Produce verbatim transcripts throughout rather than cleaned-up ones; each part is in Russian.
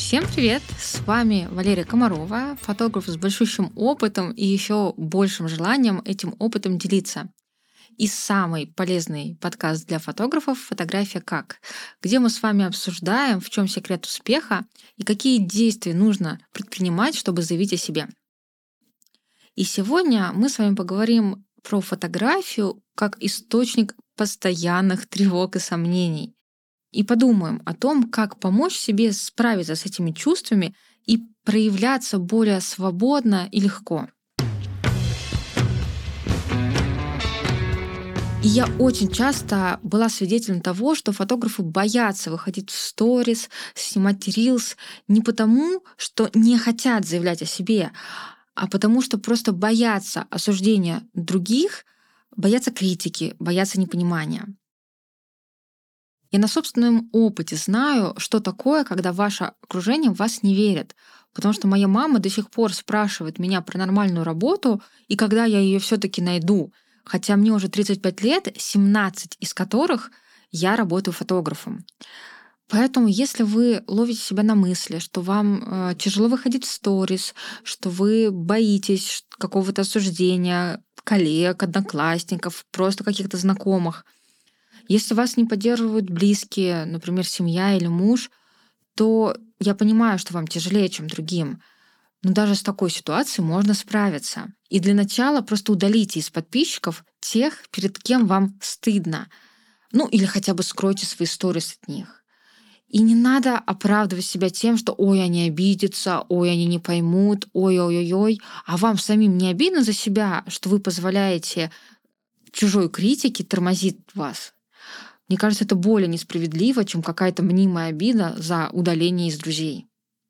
Всем привет! С вами Валерия Комарова, фотограф с большущим опытом и еще большим желанием этим опытом делиться. И самый полезный подкаст для фотографов «Фотография как», где мы с вами обсуждаем, в чем секрет успеха и какие действия нужно предпринимать, чтобы заявить о себе. И сегодня мы с вами поговорим про фотографию как источник постоянных тревог и сомнений. И подумаем о том, как помочь себе справиться с этими чувствами и проявляться более свободно и легко. И я очень часто была свидетелем того, что фотографы боятся выходить в сторис, снимать рилс не потому, что не хотят заявлять о себе, а потому что просто боятся осуждения других, боятся критики, боятся непонимания. Я на собственном опыте знаю, что такое, когда ваше окружение в вас не верит. Потому что моя мама до сих пор спрашивает меня про нормальную работу, и когда я ее все-таки найду. Хотя мне уже тридцать пять лет, семнадцать из которых я работаю фотографом. Поэтому, если вы ловите себя на мысли, что вам э, тяжело выходить в сторис, что вы боитесь какого-то осуждения коллег, одноклассников, просто каких-то знакомых, если вас не поддерживают близкие, например, семья или муж, то я понимаю, что вам тяжелее, чем другим. Но даже с такой ситуацией можно справиться. И для начала просто удалите из подписчиков тех, перед кем вам стыдно. Ну или хотя бы скройте свои сторис от них. И не надо оправдывать себя тем, что «ой, они обидятся», «ой, они не поймут», «ой-ой-ой-ой». А вам самим не обидно за себя, что вы позволяете чужой критике тормозить вас? Мне кажется, это более несправедливо, чем какая-то мнимая обида за удаление из друзей.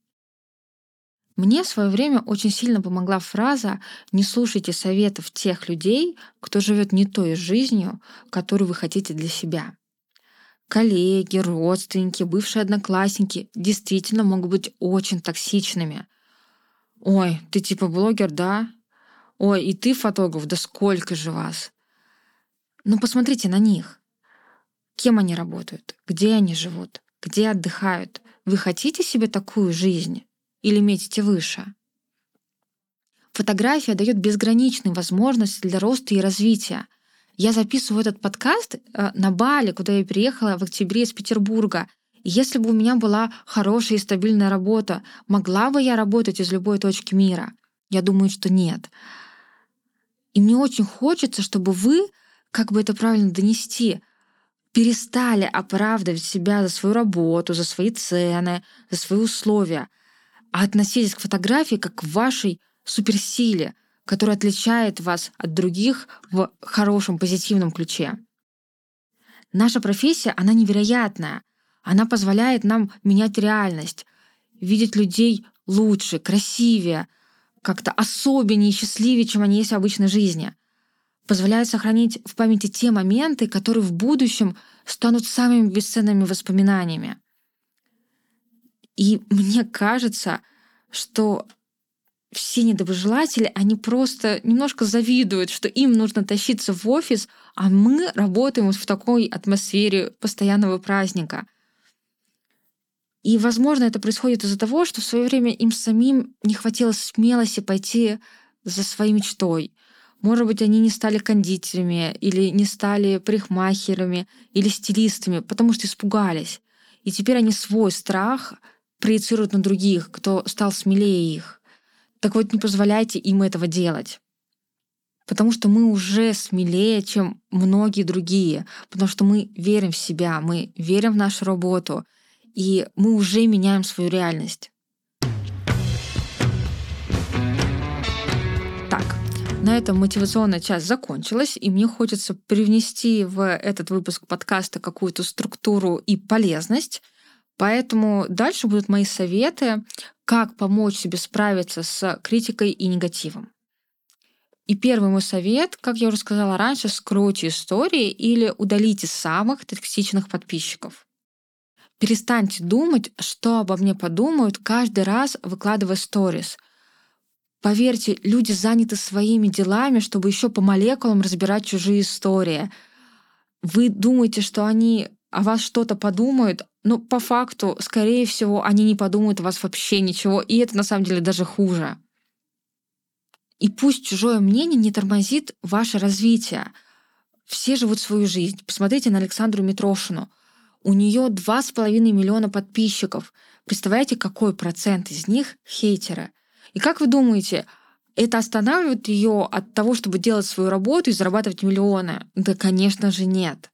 Мне в свое время очень сильно помогла фраза «не слушайте советов тех людей, кто живет не той жизнью, которую вы хотите для себя». Коллеги, родственники, бывшие одноклассники действительно могут быть очень токсичными. «Ой, ты типа блогер, да? Ой, и ты фотограф, да сколько же вас?» Но посмотрите на них. Кем они работают? Где они живут? Где отдыхают? Вы хотите себе такую жизнь? Или метите выше? Фотография дает безграничные возможности для роста и развития. Я записываю этот подкаст на Бали, куда я приехала в октябре из Петербурга. И если бы у меня была хорошая и стабильная работа, могла бы я работать из любой точки мира? Я думаю, что нет. И мне очень хочется, чтобы вы, как бы это правильно донести, перестали оправдывать себя за свою работу, за свои цены, за свои условия, а относитесь к фотографии как к вашей суперсиле, которая отличает вас от других в хорошем, позитивном ключе. Наша профессия, она невероятная. Она позволяет нам менять реальность, видеть людей лучше, красивее, как-то особеннее и счастливее, чем они есть в обычной жизни. Позволяет сохранить в памяти те моменты, которые в будущем станут самыми бесценными воспоминаниями. И мне кажется, что все недоброжелатели, они просто немножко завидуют, что им нужно тащиться в офис, а мы работаем вот в такой атмосфере постоянного праздника. И, возможно, это происходит из-за того, что в свое время им самим не хватило смелости пойти за своей мечтой. Может быть, они не стали кондитерами, или не стали парикмахерами, или стилистами, потому что испугались. И теперь они свой страх проецируют на других, кто стал смелее их. Так вот, не позволяйте им этого делать. Потому что мы уже смелее, чем многие другие. Потому что мы верим в себя, мы верим в нашу работу, и мы уже меняем свою реальность. Так, на этом мотивационная часть закончилась, и мне хочется привнести в этот выпуск подкаста какую-то структуру и полезность. Поэтому дальше будут мои советы, как помочь себе справиться с критикой и негативом. И первый мой совет, как я уже сказала раньше, скройте истории или удалите самых токсичных подписчиков. Перестаньте думать, что обо мне подумают, каждый раз выкладывая сторис. Поверьте, люди заняты своими делами, чтобы еще по молекулам разбирать чужие истории. Вы думаете, что они о вас что-то подумают, но по факту, скорее всего, они не подумают о вас вообще ничего, и это на самом деле даже хуже. И пусть чужое мнение не тормозит ваше развитие. Все живут свою жизнь. Посмотрите на Александру Митрошину. У нее два с половиной миллиона подписчиков. Представляете, какой процент из них хейтеры? И как вы думаете, это останавливает ее от того, чтобы делать свою работу и зарабатывать миллионы? Да, конечно же, нет.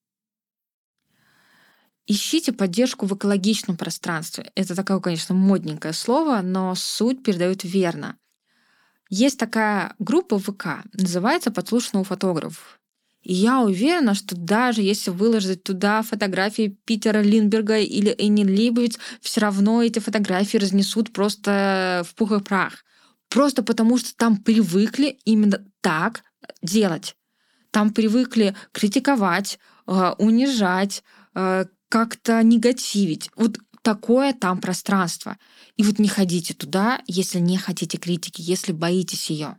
Ищите поддержку в экологичном пространстве. Это такое, конечно, модненькое слово, но суть передает верно. Есть такая группа в ВК, называется «Подслушанный у фотографов». И я уверена, что даже если выложить туда фотографии Питера Линдберга или Энни Лейбовиц, все равно эти фотографии разнесут просто в пух и прах. Просто потому, что там привыкли именно так делать. Там привыкли критиковать, э, унижать, э, как-то негативить. Вот такое там пространство. И вот не ходите туда, если не хотите критики, если боитесь ее.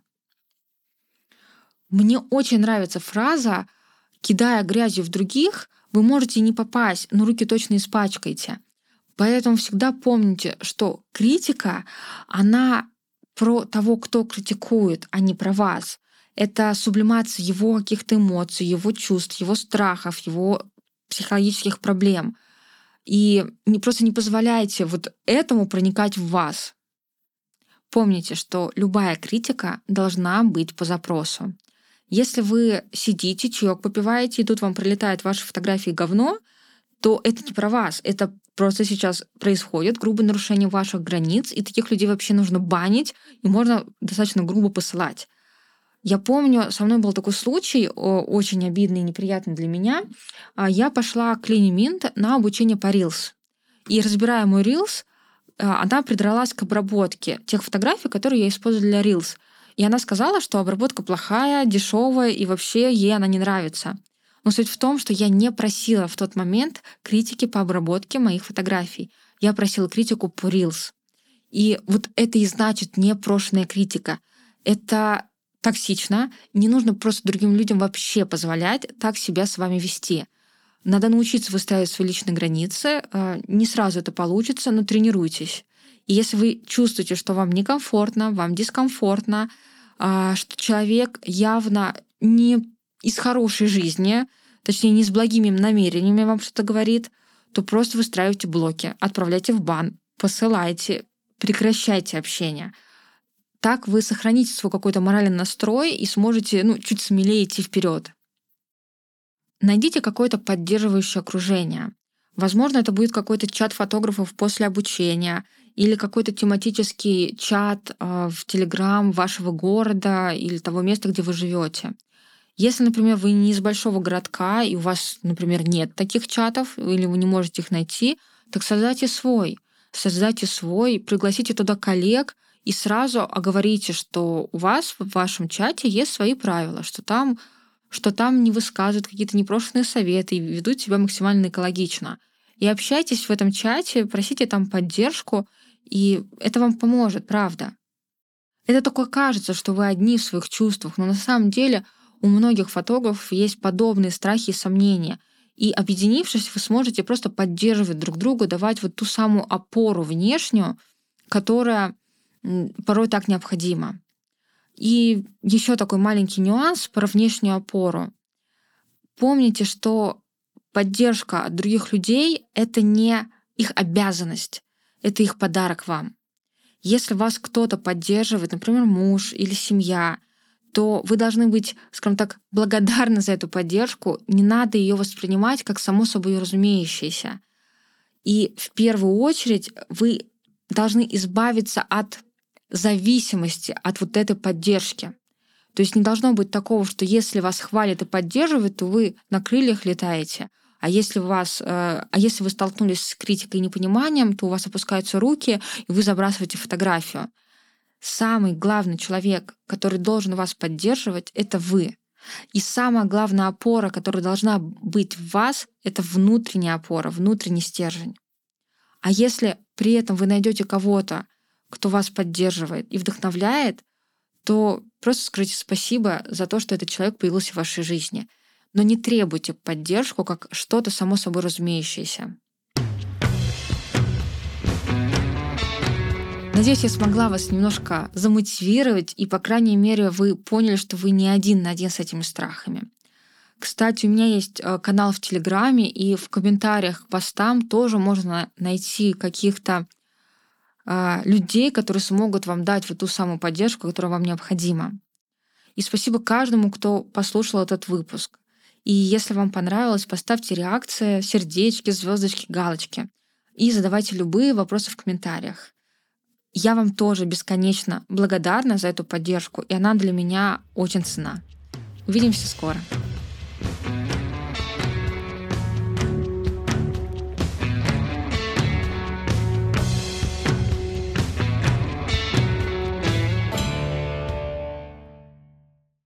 Мне очень нравится фраза «кидая грязью в других, вы можете не попасть, но руки точно испачкаете». Поэтому всегда помните, что критика, она про того, кто критикует, а не про вас. Это сублимация его каких-то эмоций, его чувств, его страхов, его психологических проблем. И не, просто не позволяйте вот этому проникать в вас. Помните, что любая критика должна быть по запросу. Если вы сидите, чаек попиваете, и тут вам прилетает ваши фотографии говно, то это не про вас. Это просто сейчас происходит грубое нарушение ваших границ, и таких людей вообще нужно банить, и можно достаточно грубо посылать. Я помню, со мной был такой случай, очень обидный и неприятный для меня. Я пошла к Лене Минт на обучение по Reels. И разбирая мой Reels, она придралась к обработке тех фотографий, которые я использую для Reels. И она сказала, что обработка плохая, дешевая, и вообще ей она не нравится. Но суть в том, что я не просила в тот момент критики по обработке моих фотографий. Я просила критику по Reels. И вот это и значит непрошенная критика. Это токсично. Не нужно просто другим людям вообще позволять так себя с вами вести. Надо научиться выстраивать свои личные границы. Не сразу это получится, но тренируйтесь. И если вы чувствуете, что вам некомфортно, вам дискомфортно, что человек явно не из хорошей жизни, точнее, не с благими намерениями вам что-то говорит, то просто выстраивайте блоки, отправляйте в бан, посылайте, прекращайте общение. Так вы сохраните свой какой-то моральный настрой и сможете ну, чуть смелее идти вперед. Найдите какое-то поддерживающее окружение. Возможно, это будет какой-то чат фотографов после обучения или какой-то тематический чат в Telegram вашего города или того места, где вы живете. Если, например, вы не из большого городка, и у вас, например, нет таких чатов, или вы не можете их найти, так создайте свой. Создайте свой, пригласите туда коллег и сразу оговорите, что у вас в вашем чате есть свои правила, что там, что там не высказывают какие-то непрошенные советы и ведут себя максимально экологично. И общайтесь в этом чате, просите там поддержку, и это вам поможет, правда. Это только кажется, что вы одни в своих чувствах, но на самом деле у многих фотографов есть подобные страхи и сомнения. И объединившись, вы сможете просто поддерживать друг друга, давать вот ту самую опору внешнюю, которая порой так необходима. И еще такой маленький нюанс про внешнюю опору. Помните, что поддержка от других людей — это не их обязанность, это их подарок вам. Если вас кто-то поддерживает, например, муж или семья, то вы должны быть, скажем так, благодарны за эту поддержку. Не надо ее воспринимать как само собой разумеющееся. И в первую очередь вы должны избавиться от зависимости от вот этой поддержки. То есть не должно быть такого, что если вас хвалят и поддерживают, то вы на крыльях летаете. А если, вас, а если вы столкнулись с критикой и непониманием, то у вас опускаются руки, и вы забрасываете фотографию. Самый главный человек, который должен вас поддерживать, это вы. И самая главная опора, которая должна быть в вас, это внутренняя опора, внутренний стержень. А если при этом вы найдете кого-то, кто вас поддерживает и вдохновляет, то просто скажите спасибо за то, что этот человек появился в вашей жизни. но не требуйте поддержку как что-то само собой разумеющееся. Надеюсь, я смогла вас немножко замотивировать, и, по крайней мере, вы поняли, что вы не один на один с этими страхами. Кстати, у меня есть э, канал в Телеграме, и в комментариях к постам тоже можно найти каких-то э, людей, которые смогут вам дать вот ту самую поддержку, которая вам необходима. И спасибо каждому, кто послушал этот выпуск. И если вам понравилось, поставьте реакции, сердечки, звездочки, галочки. И задавайте любые вопросы в комментариях. Я вам тоже бесконечно благодарна за эту поддержку, и она для меня очень ценна. Увидимся скоро.